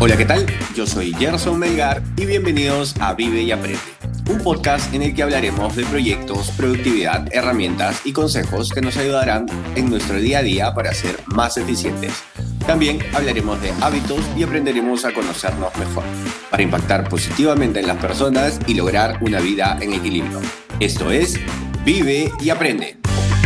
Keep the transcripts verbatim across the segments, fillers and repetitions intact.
Hola, ¿qué tal? Yo soy Gerson Melgar y bienvenidos a Vive y Aprende, un podcast en el que hablaremos de proyectos, productividad, herramientas y consejos que nos ayudarán en nuestro día a día para ser más eficientes. También hablaremos de hábitos y aprenderemos a conocernos mejor, para impactar positivamente en las personas y lograr una vida en equilibrio. Esto es Vive y Aprende.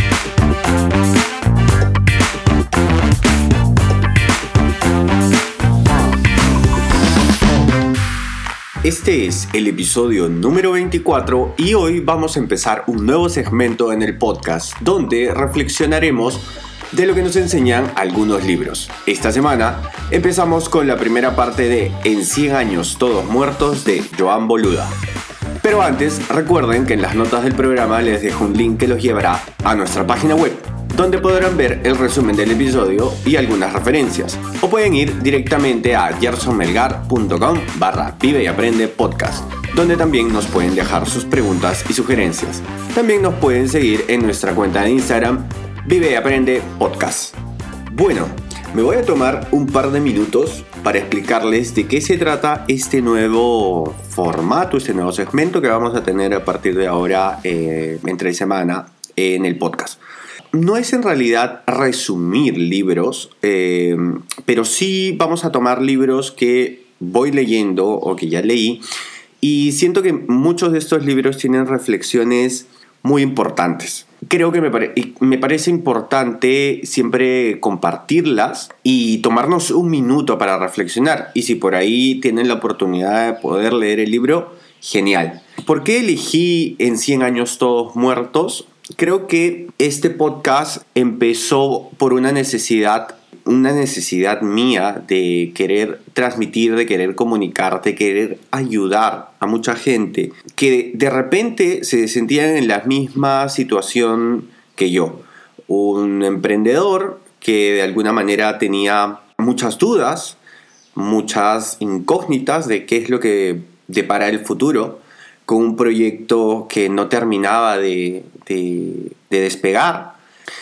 Este es el episodio número veinticuatro y hoy vamos a empezar un nuevo segmento en el podcast donde reflexionaremos de lo que nos enseñan algunos libros. Esta semana empezamos con la primera parte de En cien años todos muertos de Joan Boluda. Pero antes, recuerden que en las notas del programa les dejo un link que los llevará a nuestra página web, donde podrán ver el resumen del episodio y algunas referencias. O pueden ir directamente a gersonmelgar.com barra Vive y Aprende Podcast, donde también nos pueden dejar sus preguntas y sugerencias. También nos pueden seguir en nuestra cuenta de Instagram, Vive y Aprende Podcast. Bueno, me voy a tomar un par de minutos para explicarles de qué se trata este nuevo formato, este nuevo segmento que vamos a tener a partir de ahora, eh, entre semana, en el podcast. No es en realidad resumir libros, eh, pero sí vamos a tomar libros que voy leyendo o que ya leí, y siento que muchos de estos libros tienen reflexiones muy importantes. Creo que me, pare- me parece importante siempre compartirlas y tomarnos un minuto para reflexionar. Y si por ahí tienen la oportunidad de poder leer el libro, genial. ¿Por qué elegí En cien años todos muertos? Creo que este podcast empezó por una necesidad, una necesidad mía de querer transmitir, de querer comunicar, de querer ayudar a mucha gente que de repente se sentían en la misma situación que yo. Un emprendedor que de alguna manera tenía muchas dudas, muchas incógnitas de qué es lo que depara el futuro, con un proyecto que no terminaba de, de, de despegar.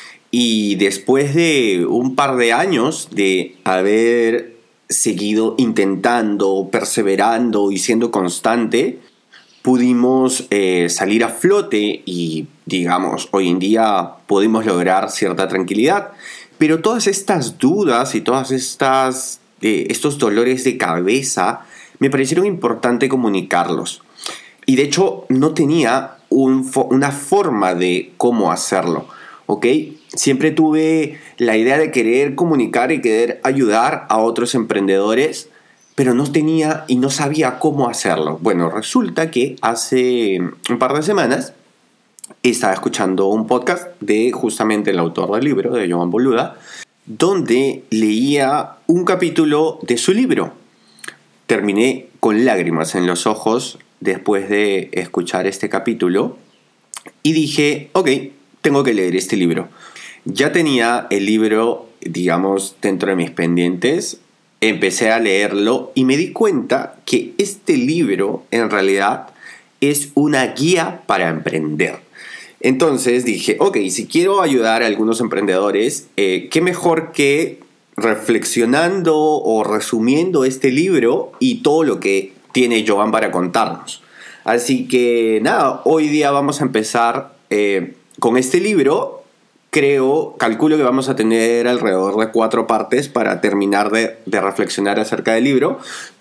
Y después de un par de años de haber seguido intentando, perseverando y siendo constante, pudimos eh, salir a flote y, digamos, hoy en día podemos lograr cierta tranquilidad. Pero todas estas dudas y todas estas eh, estos dolores de cabeza me parecieron importante comunicarlos. Y de hecho no tenía un fo- una forma de cómo hacerlo, ¿ok? Siempre tuve la idea de querer comunicar y querer ayudar a otros emprendedores, pero no tenía y no sabía cómo hacerlo. Bueno, resulta que hace un par de semanas estaba escuchando un podcast de justamente el autor del libro, de Joan Boluda, donde leía un capítulo de su libro. Terminé con lágrimas en los ojos después de escuchar este capítulo y dije, ok, tengo que leer este libro. Ya tenía el libro, digamos, dentro de mis pendientes, empecé a leerlo y me di cuenta que este libro en realidad es una guía para emprender. Entonces dije, ok, si quiero ayudar a algunos emprendedores, eh, qué mejor que reflexionando o resumiendo este libro y todo lo que tiene Joan para contarnos. Así que nada, hoy día vamos a empezar eh, con este libro. Creo, calculo que vamos a tener alrededor de cuatro partes para terminar de, de reflexionar acerca del libro.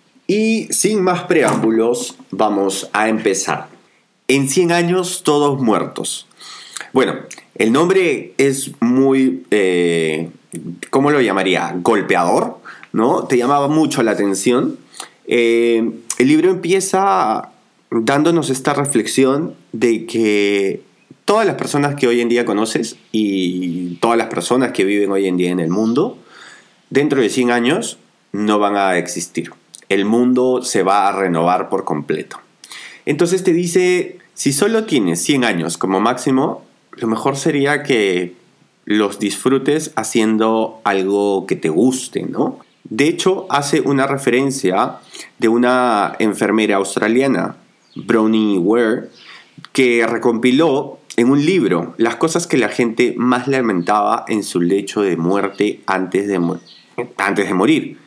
Y sin más preámbulos, vamos a empezar. En cien años todos muertos. Bueno, el nombre es muy, eh, ¿cómo lo llamaría? Golpeador, ¿no? Te llamaba mucho la atención. Eh, el libro empieza dándonos esta reflexión de que todas las personas que hoy en día conoces y todas las personas que viven hoy en día en el mundo, dentro de cien años no van a existir. El mundo se va a renovar por completo. Entonces te dice, si solo tienes cien años como máximo, lo mejor sería que los disfrutes haciendo algo que te guste, ¿no? De hecho, hace una referencia de una enfermera australiana, Bronnie Ware, que recompiló en un libro las cosas que la gente más lamentaba en su lecho de muerte antes de, antes de morir.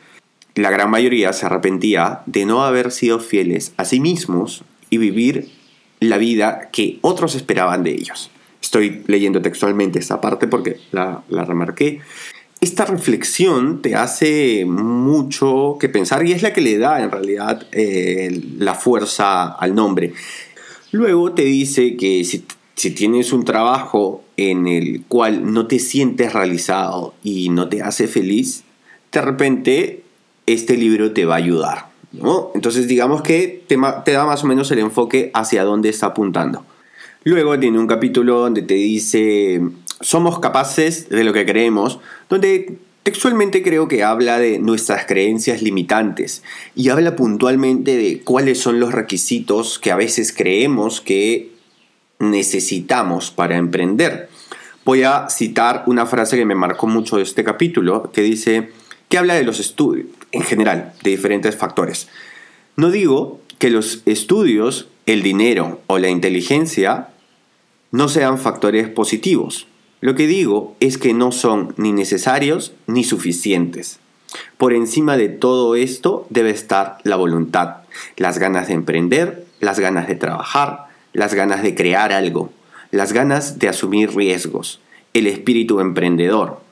la gran mayoría se arrepentía de no haber sido fieles a sí mismos y vivir la vida que otros esperaban de ellos. Estoy leyendo textualmente esta parte porque la, la remarqué. Esta reflexión te hace mucho que pensar y es la que le da en realidad eh, la fuerza al nombre. Luego te dice que si, si tienes un trabajo en el cual no te sientes realizado y no te hace feliz, de repente este libro te va a ayudar, ¿no? Entonces digamos que te, te da más o menos el enfoque hacia dónde está apuntando. Luego tiene un capítulo donde te dice, somos capaces de lo que creemos, donde textualmente creo que habla de nuestras creencias limitantes y habla puntualmente de cuáles son los requisitos que a veces creemos que necesitamos para emprender. Voy a citar una frase que me marcó mucho de este capítulo, que dice, que habla de los estudios, en general, de diferentes factores. No digo que los estudios, el dinero o la inteligencia no sean factores positivos. Lo que digo es que no son ni necesarios ni suficientes. Por encima de todo esto debe estar la voluntad, las ganas de emprender, las ganas de trabajar, las ganas de crear algo, las ganas de asumir riesgos, el espíritu emprendedor.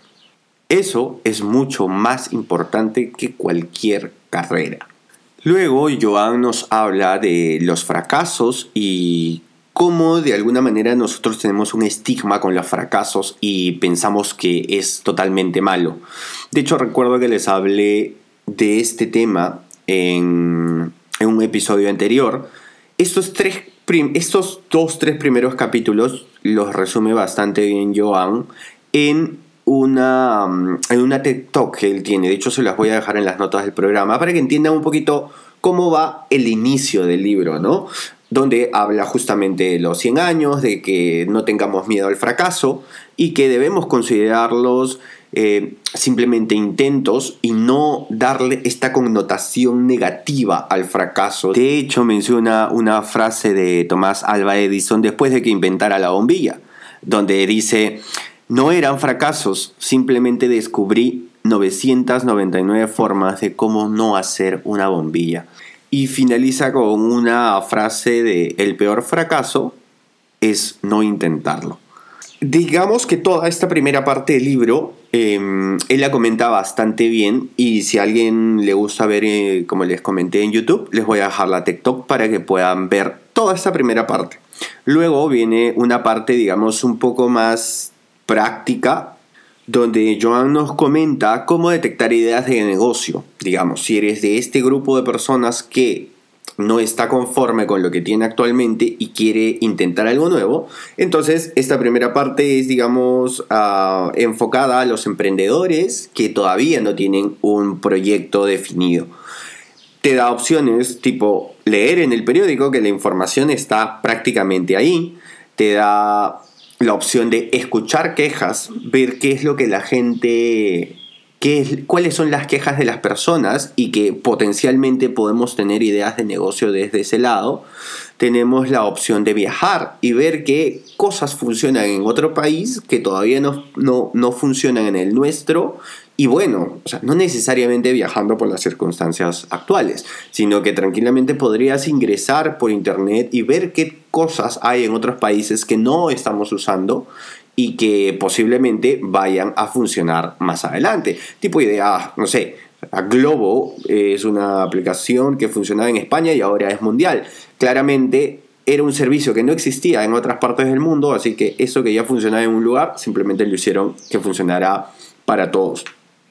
Eso es mucho más importante que cualquier carrera. Luego, Joan nos habla de los fracasos y cómo de alguna manera nosotros tenemos un estigma con los fracasos y pensamos que es totalmente malo. De hecho, recuerdo que les hablé de este tema en, en un episodio anterior. Estos, tres, estos dos, tres primeros capítulos los resume bastante bien Joan en una, en una TED Talk que él tiene. De hecho, se las voy a dejar en las notas del programa para que entiendan un poquito cómo va el inicio del libro, ¿no? Donde habla justamente de los cien años, de que no tengamos miedo al fracaso y que debemos considerarlos eh, simplemente intentos y no darle esta connotación negativa al fracaso. De hecho, menciona una frase de Thomas Alva Edison después de que inventara la bombilla, donde dice, no eran fracasos, simplemente descubrí novecientas noventa y nueve formas de cómo no hacer una bombilla. Y finaliza con una frase de el peor fracaso es no intentarlo. Digamos que toda esta primera parte del libro eh, él la comenta bastante bien y si a alguien le gusta ver, eh, como les comenté en YouTube, les voy a dejar la TikTok para que puedan ver toda esta primera parte. Luego viene una parte, digamos, un poco más práctica, donde Joan nos comenta cómo detectar ideas de negocio. Digamos, si eres de este grupo de personas que no está conforme con lo que tiene actualmente y quiere intentar algo nuevo, entonces esta primera parte es, digamos, uh, enfocada a los emprendedores que todavía no tienen un proyecto definido. Te da opciones tipo leer en el periódico, que la información está prácticamente ahí. Te da la opción de escuchar quejas, ver qué es lo que la gente, qué es, cuáles son las quejas de las personas y que potencialmente podemos tener ideas de negocio desde ese lado. Tenemos la opción de viajar y ver qué cosas funcionan en otro país que todavía no, no, no funcionan en el nuestro. Y bueno, o sea, no necesariamente viajando por las circunstancias actuales, sino que tranquilamente podrías ingresar por internet y ver qué cosas hay en otros países que no estamos usando y que posiblemente vayan a funcionar más adelante. Tipo idea, no sé, Globo es una aplicación que funcionaba en España y ahora es mundial. Claramente era un servicio que no existía en otras partes del mundo, así que eso que ya funcionaba en un lugar, simplemente lo hicieron que funcionara para todos.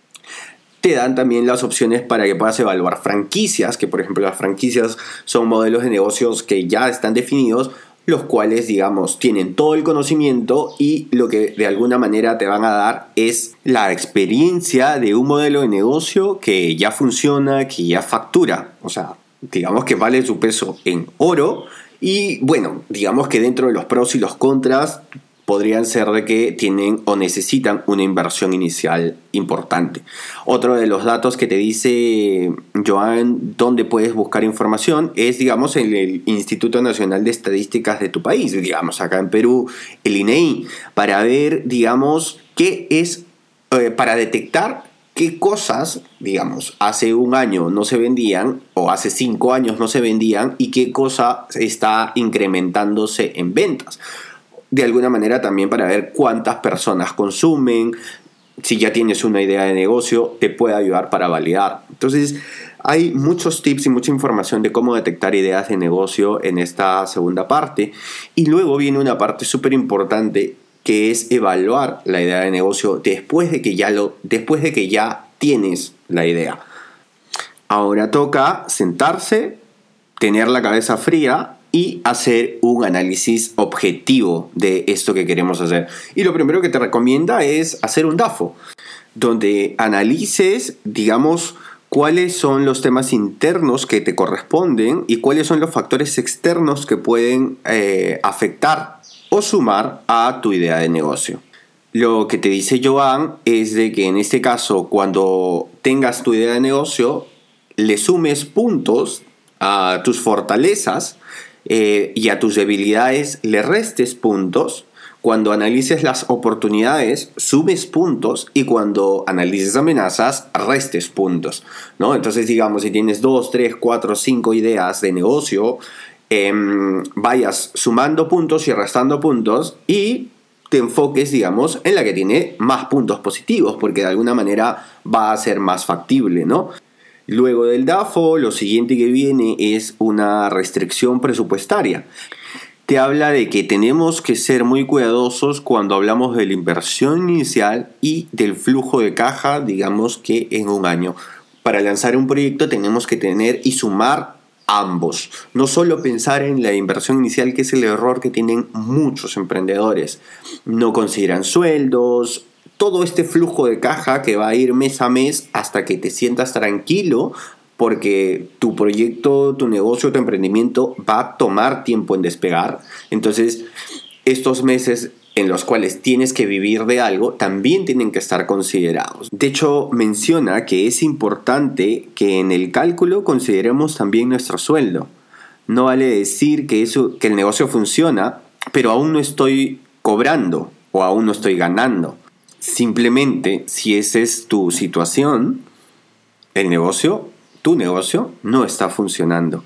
Te dan también las opciones para que puedas evaluar franquicias, que por ejemplo las franquicias son modelos de negocios que ya están definidos, los cuales, digamos, tienen todo el conocimiento y lo que de alguna manera te van a dar es la experiencia de un modelo de negocio que ya funciona, que ya factura. O sea, digamos que vale su peso en oro y bueno, digamos que dentro de los pros y los contras podrían ser de que tienen o necesitan una inversión inicial importante. Otro de los datos que te dice Joan dónde puedes buscar información es, digamos, en el Instituto Nacional de Estadísticas de tu país, digamos, acá en Perú, el I N E I, para ver, digamos, qué es, eh, para detectar qué cosas, digamos, hace un año no se vendían o hace cinco años no se vendían y qué cosa está incrementándose en ventas. De alguna manera también para ver cuántas personas consumen. Si ya tienes una idea de negocio, te puede ayudar para validar. Entonces, hay muchos tips y mucha información de cómo detectar ideas de negocio en esta segunda parte. Y luego viene una parte súper importante, que es evaluar la idea de negocio después de que ya lo, después de que ya tienes la idea. Ahora toca sentarse, tener la cabeza fría y hacer un análisis objetivo de esto que queremos hacer. Y lo primero que te recomienda es hacer un D A F O, donde analices, digamos, cuáles son los temas internos que te corresponden y cuáles son los factores externos que pueden eh, afectar o sumar a tu idea de negocio. Lo que te dice Joan es de que en este caso, cuando tengas tu idea de negocio, le sumes puntos a tus fortalezas eh, y a tus debilidades le restes puntos. Cuando analices las oportunidades, sumes puntos, y cuando analices amenazas, restes puntos, ¿no? Entonces, digamos, si tienes dos, tres, cuatro, cinco ideas de negocio, eh, vayas sumando puntos y restando puntos y te enfoques, digamos, en la que tiene más puntos positivos, porque de alguna manera va a ser más factible, ¿no? Luego del D A F O, lo siguiente que viene es una restricción presupuestaria. Te habla de que tenemos que ser muy cuidadosos cuando hablamos de la inversión inicial y del flujo de caja, digamos que en un año. Para lanzar un proyecto tenemos que tener y sumar ambos. No solo pensar en la inversión inicial, que es el error que tienen muchos emprendedores. No consideran sueldos, todo este flujo de caja que va a ir mes a mes hasta que te sientas tranquilo, porque tu proyecto, tu negocio, tu emprendimiento va a tomar tiempo en despegar. Entonces, estos meses en los cuales tienes que vivir de algo también tienen que estar considerados. De hecho, menciona que es importante que en el cálculo consideremos también nuestro sueldo. No vale decir que, eso, que el negocio funciona, pero aún no estoy cobrando o aún no estoy ganando. Simplemente, si esa es tu situación, el negocio, tu negocio, no está funcionando.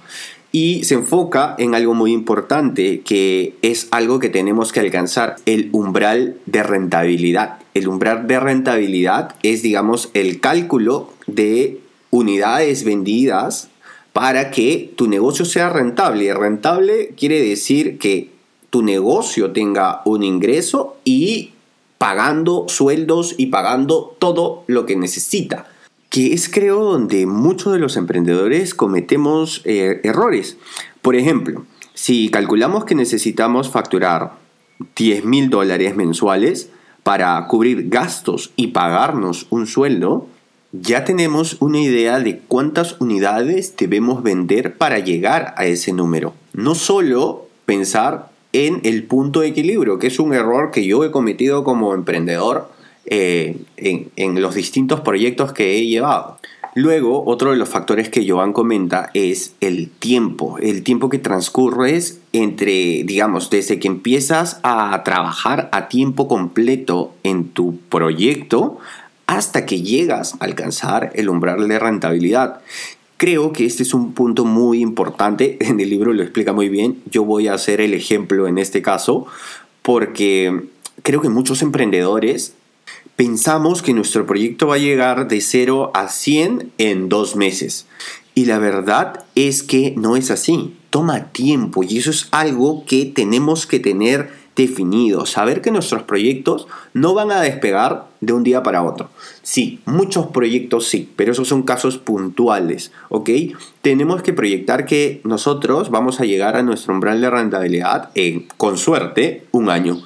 Y se enfoca en algo muy importante, que es algo que tenemos que alcanzar: el umbral de rentabilidad. El umbral de rentabilidad es, digamos, el cálculo de unidades vendidas para que tu negocio sea rentable. Y rentable quiere decir que tu negocio tenga un ingreso y pagando sueldos y pagando todo lo que necesita. Que es, creo, donde muchos de los emprendedores cometemos eh, errores. Por ejemplo, si calculamos que necesitamos facturar diez mil dólares mensuales para cubrir gastos y pagarnos un sueldo, ya tenemos una idea de cuántas unidades debemos vender para llegar a ese número. No solo pensar en el punto de equilibrio, que es un error que yo he cometido como emprendedor Eh, en, en los distintos proyectos que he llevado. Luego, otro de los factores que Joan comenta es el tiempo, el tiempo que transcurres entre, digamos, desde que empiezas a trabajar a tiempo completo en tu proyecto hasta que llegas a alcanzar el umbral de rentabilidad. Creo que este es un punto muy importante, en el libro lo explica muy bien. Yo voy a hacer el ejemplo en este caso, porque creo que muchos emprendedores pensamos que nuestro proyecto va a llegar de cero a cien en dos meses. Y la verdad es que no es así. Toma tiempo, y eso es algo que tenemos que tener definido. Saber que nuestros proyectos no van a despegar de un día para otro. Sí, muchos proyectos sí, pero esos son casos puntuales, ¿ok? Tenemos que proyectar que nosotros vamos a llegar a nuestro umbral de rentabilidad en, con suerte, un año.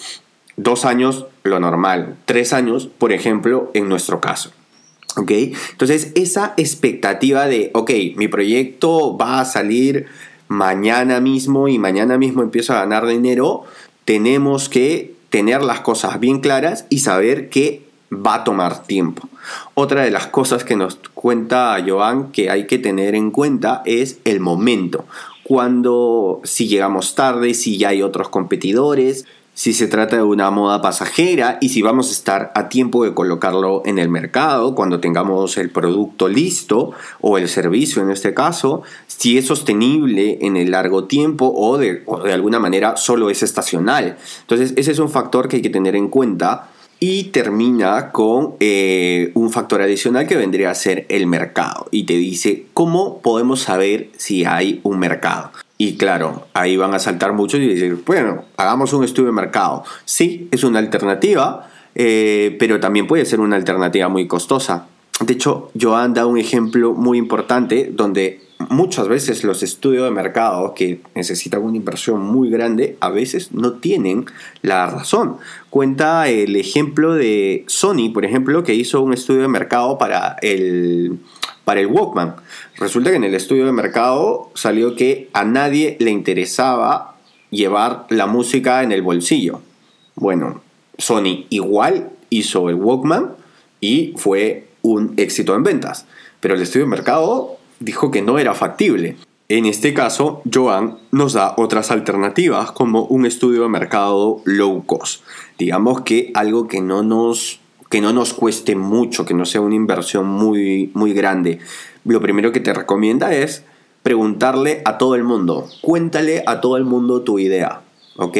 Dos años, lo normal. Tres años, por ejemplo, en nuestro caso. ¿Ok? Entonces, esa expectativa de, ok, mi proyecto va a salir mañana mismo y mañana mismo empiezo a ganar dinero, tenemos que tener las cosas bien claras y saber que va a tomar tiempo. Otra de las cosas que nos cuenta Joan que hay que tener en cuenta es el momento. Cuando, si llegamos tarde, si ya hay otros competidores, si se trata de una moda pasajera y si vamos a estar a tiempo de colocarlo en el mercado cuando tengamos el producto listo o el servicio en este caso, si es sostenible en el largo tiempo o de, o de alguna manera solo es estacional. Entonces ese es un factor que hay que tener en cuenta. Y termina con eh, un factor adicional que vendría a ser el mercado. Y te dice, ¿cómo podemos saber si hay un mercado? Y claro, ahí van a saltar muchos y decir, bueno, hagamos un estudio de mercado. Sí, es una alternativa, eh, pero también puede ser una alternativa muy costosa. De hecho, Joan da un ejemplo muy importante donde muchas veces los estudios de mercado que necesitan una inversión muy grande a veces no tienen la razón. Cuenta el ejemplo de Sony, por ejemplo, que hizo un estudio de mercado para el, para el Walkman. Resulta que en el estudio de mercado salió que a nadie le interesaba llevar la música en el bolsillo. Bueno, Sony igual hizo el Walkman y fue un éxito en ventas, pero el estudio de mercado dijo que no era factible. En este caso, Joan nos da otras alternativas como un estudio de mercado low cost. Digamos que algo que no nos, que no nos cueste mucho, que no sea una inversión muy, muy grande. Lo primero que te recomienda es preguntarle a todo el mundo. Cuéntale a todo el mundo tu idea, ¿ok?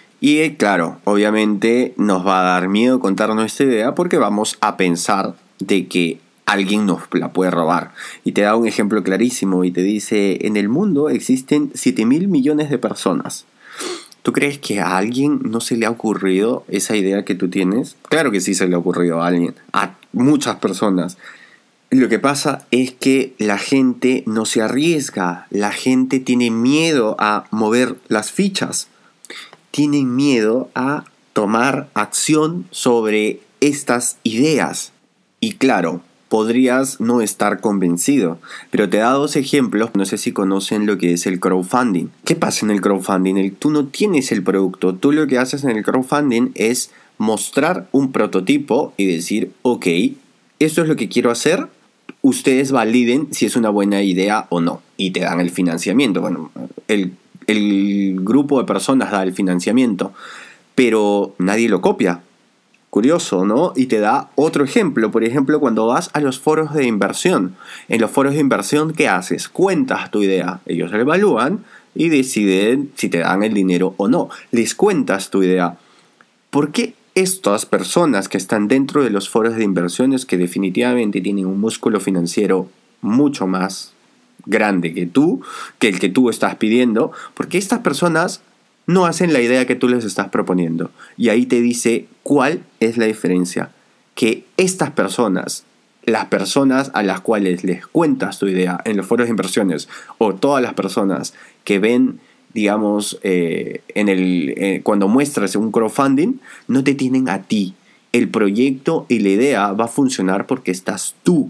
Y claro, obviamente nos va a dar miedo contar nuestra idea porque vamos a pensar de que alguien nos la puede robar. Y te da un ejemplo clarísimo y te dice, en el mundo existen siete mil millones de personas. ¿Tú crees que a alguien no se le ha ocurrido esa idea que tú tienes? Claro que sí se le ha ocurrido a alguien, a muchas personas. Lo que pasa es que la gente no se arriesga, la gente tiene miedo a mover las fichas, tienen miedo a tomar acción sobre estas ideas. Y claro, podrías no estar convencido, pero te da dos ejemplos. No sé si conocen lo que es el crowdfunding. ¿Qué pasa en el crowdfunding? El, tú no tienes el producto, tú lo que haces en el crowdfunding es mostrar un prototipo y decir, ok, esto es lo que quiero hacer, ustedes validen si es una buena idea o no, y te dan el financiamiento. Bueno, el, el grupo de personas da el financiamiento, pero nadie lo copia. Curioso, ¿no? Y te da otro ejemplo. Por ejemplo, cuando vas a los foros de inversión. En los foros de inversión, ¿qué haces? Cuentas tu idea. Ellos la evalúan y deciden si te dan el dinero o no. Les cuentas tu idea. ¿Por qué estas personas que están dentro de los foros de inversiones, que definitivamente tienen un músculo financiero mucho más grande que tú, que el que tú estás pidiendo, porque estas personas no hacen la idea que tú les estás proponiendo? Y ahí te dice cuál es la diferencia. Que estas personas, las personas a las cuales les cuentas tu idea en los foros de inversiones, o todas las personas que ven, digamos, eh, en el, eh, cuando muestras un crowdfunding, no te tienen a ti. El proyecto y la idea va a funcionar porque estás tú.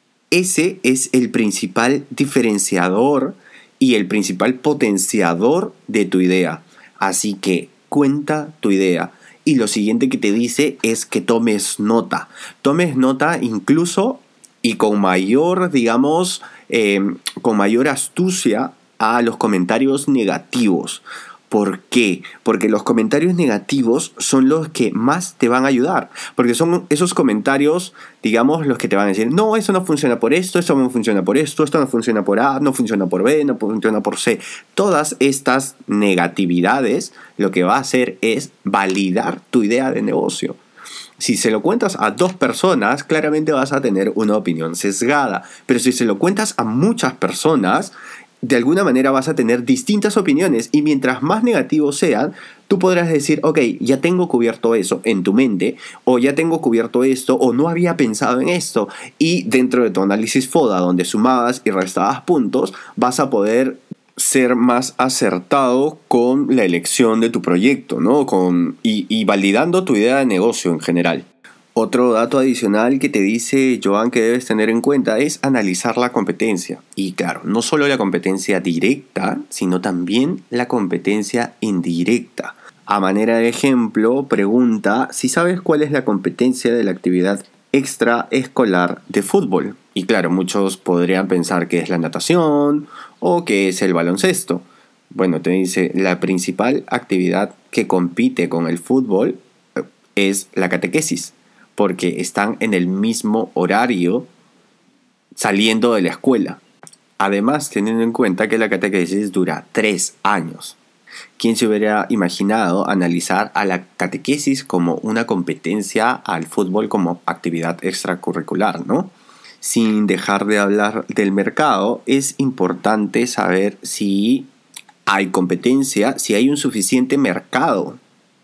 Ese es el principal diferenciador y el principal potenciador de tu idea. Así que cuenta tu idea. Y lo siguiente que te dice es que tomes nota. Tomes nota incluso y con mayor, digamos, eh, con mayor astucia a los comentarios negativos. ¿Por qué? Porque los comentarios negativos son los que más te van a ayudar. Porque son esos comentarios, digamos, los que te van a decir, no, eso no funciona por esto, esto no funciona por esto, esto no funciona por A, no funciona por B, no funciona por C. Todas estas negatividades lo que va a hacer es validar tu idea de negocio. Si se lo cuentas a dos personas, claramente vas a tener una opinión sesgada. Pero si se lo cuentas a muchas personas, de alguna manera vas a tener distintas opiniones, y mientras más negativos sean, tú podrás decir, ok, ya tengo cubierto eso en tu mente, o ya tengo cubierto esto, o no había pensado en esto, y dentro de tu análisis FODA, donde sumabas y restabas puntos, vas a poder ser más acertado con la elección de tu proyecto, ¿no? Con, y, y validando tu idea de negocio en general. Otro dato adicional que te dice Joan que debes tener en cuenta es analizar la competencia. Y claro, no solo la competencia directa, sino también la competencia indirecta. A manera de ejemplo, pregunta si sabes cuál es la competencia de la actividad extraescolar de fútbol. Y claro, muchos podrían pensar que es la natación o que es el baloncesto. Bueno, te dice, la principal actividad que compite con el fútbol es la catequesis, porque están en el mismo horario saliendo de la escuela. Además, teniendo en cuenta que la catequesis dura tres años. ¿Quién se hubiera imaginado analizar a la catequesis como una competencia al fútbol como actividad extracurricular, ¿no? Sin dejar de hablar del mercado, es importante saber si hay competencia, si hay un suficiente mercado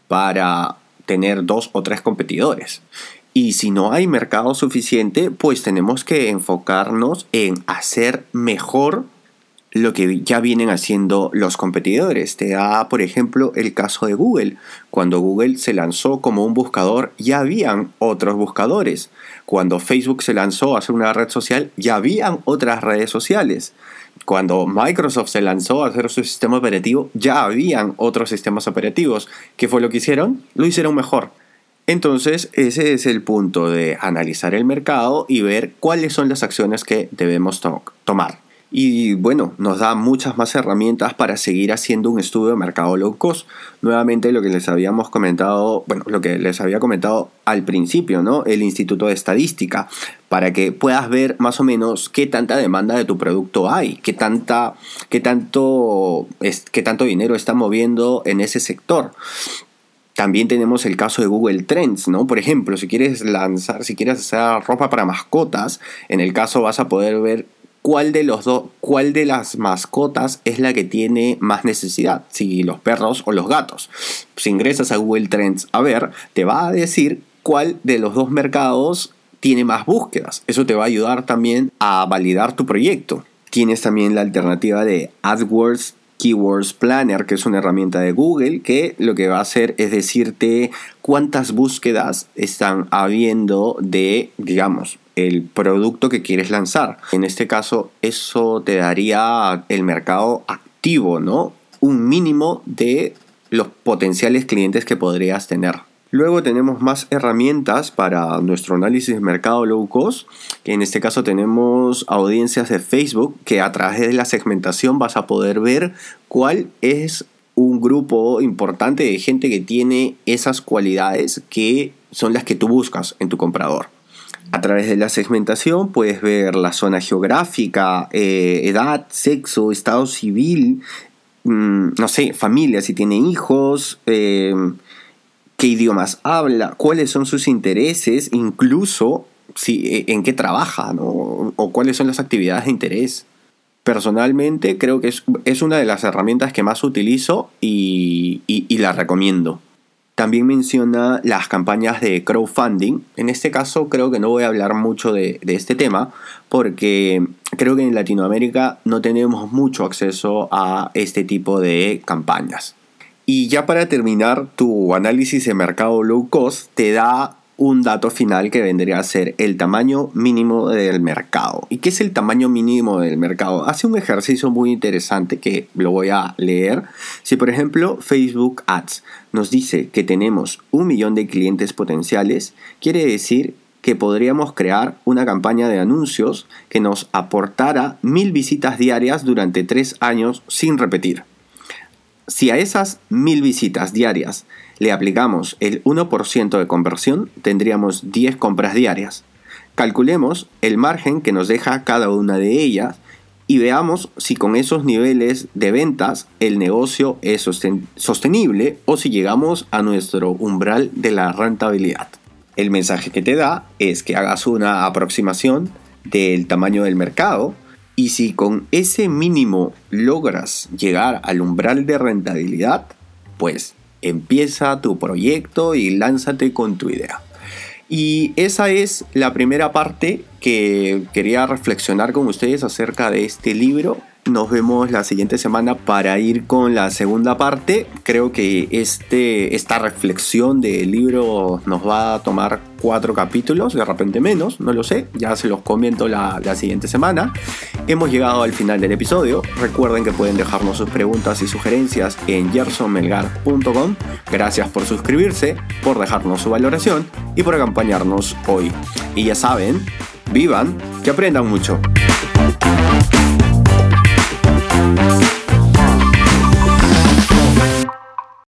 para tener dos o tres competidores. Y si no hay mercado suficiente, pues tenemos que enfocarnos en hacer mejor lo que ya vienen haciendo los competidores. Te da, por ejemplo, el caso de Google. Cuando Google se lanzó como un buscador, ya habían otros buscadores. Cuando Facebook se lanzó a ser una red social, ya habían otras redes sociales. Cuando Microsoft se lanzó a hacer su sistema operativo, ya habían otros sistemas operativos. ¿Qué fue lo que hicieron? Lo hicieron mejor. Entonces, ese es el punto de analizar el mercado y ver cuáles son las acciones que debemos to- tomar. Y bueno, nos da muchas más herramientas para seguir haciendo un estudio de mercado low cost. Nuevamente lo que les habíamos comentado, bueno, lo que les había comentado al principio, ¿no? El Instituto de Estadística, para que puedas ver más o menos qué tanta demanda de tu producto hay, qué tanta, qué tanto, es, qué tanto dinero está moviendo en ese sector. También tenemos el caso de Google Trends, ¿no? Por ejemplo, si quieres lanzar, si quieres hacer ropa para mascotas, en el caso vas a poder ver ¿Cuál de los dos, cuál de las mascotas es la que tiene más necesidad? Si los perros o los gatos. Si ingresas a Google Trends a ver, te va a decir cuál de los dos mercados tiene más búsquedas. Eso te va a ayudar también a validar tu proyecto. Tienes también la alternativa de AdWords Keywords Planner, que es una herramienta de Google que lo que va a hacer es decirte cuántas búsquedas están habiendo de, digamos, el producto que quieres lanzar. En este caso, eso te daría el mercado activo, ¿no? Un mínimo de los potenciales clientes que podrías tener. Luego tenemos más herramientas para nuestro análisis de mercado low cost, que en este caso tenemos audiencias de Facebook, que a través de la segmentación vas a poder ver cuál es un grupo importante de gente que tiene esas cualidades que son las que tú buscas en tu comprador. A través de la segmentación puedes ver la zona geográfica, eh, edad, sexo, estado civil, mmm, no sé, familia, si tiene hijos, eh, qué idiomas habla, cuáles son sus intereses, incluso si, en qué trabaja, ¿no? O cuáles son las actividades de interés. Personalmente creo que es, es una de las herramientas que más utilizo y, y, y la recomiendo. También menciona las campañas de crowdfunding. En este caso creo que no voy a hablar mucho de, de este tema porque creo que en Latinoamérica no tenemos mucho acceso a este tipo de campañas. Y ya para terminar, tu análisis de mercado low cost te da un dato final que vendría a ser el tamaño mínimo del mercado. ¿Y qué es el tamaño mínimo del mercado? Hace un ejercicio muy interesante que lo voy a leer. Si por ejemplo Facebook Ads nos dice que tenemos un millón de clientes potenciales, quiere decir que podríamos crear una campaña de anuncios que nos aportara mil visitas diarias durante tres años sin repetir. Si a esas mil visitas diarias le aplicamos el uno por ciento de conversión, tendríamos diez compras diarias. Calculemos el margen que nos deja cada una de ellas y veamos si con esos niveles de ventas el negocio es sosten- sostenible o si llegamos a nuestro umbral de la rentabilidad. El mensaje que te da es que hagas una aproximación del tamaño del mercado. Y si con ese mínimo logras llegar al umbral de rentabilidad, pues empieza tu proyecto y lánzate con tu idea. Y esa es la primera parte que quería reflexionar con ustedes acerca de este libro. Nos vemos la siguiente semana para ir con la segunda parte. Creo que este, esta reflexión del libro nos va a tomar cuatro capítulos, de repente menos, no lo sé. Ya se los comento la, la siguiente semana. Hemos llegado al final del episodio. Recuerden que pueden dejarnos sus preguntas y sugerencias en gerson melgar punto com. Gracias por suscribirse, por dejarnos su valoración y por acompañarnos hoy. Y ya saben, vivan, que aprendan mucho.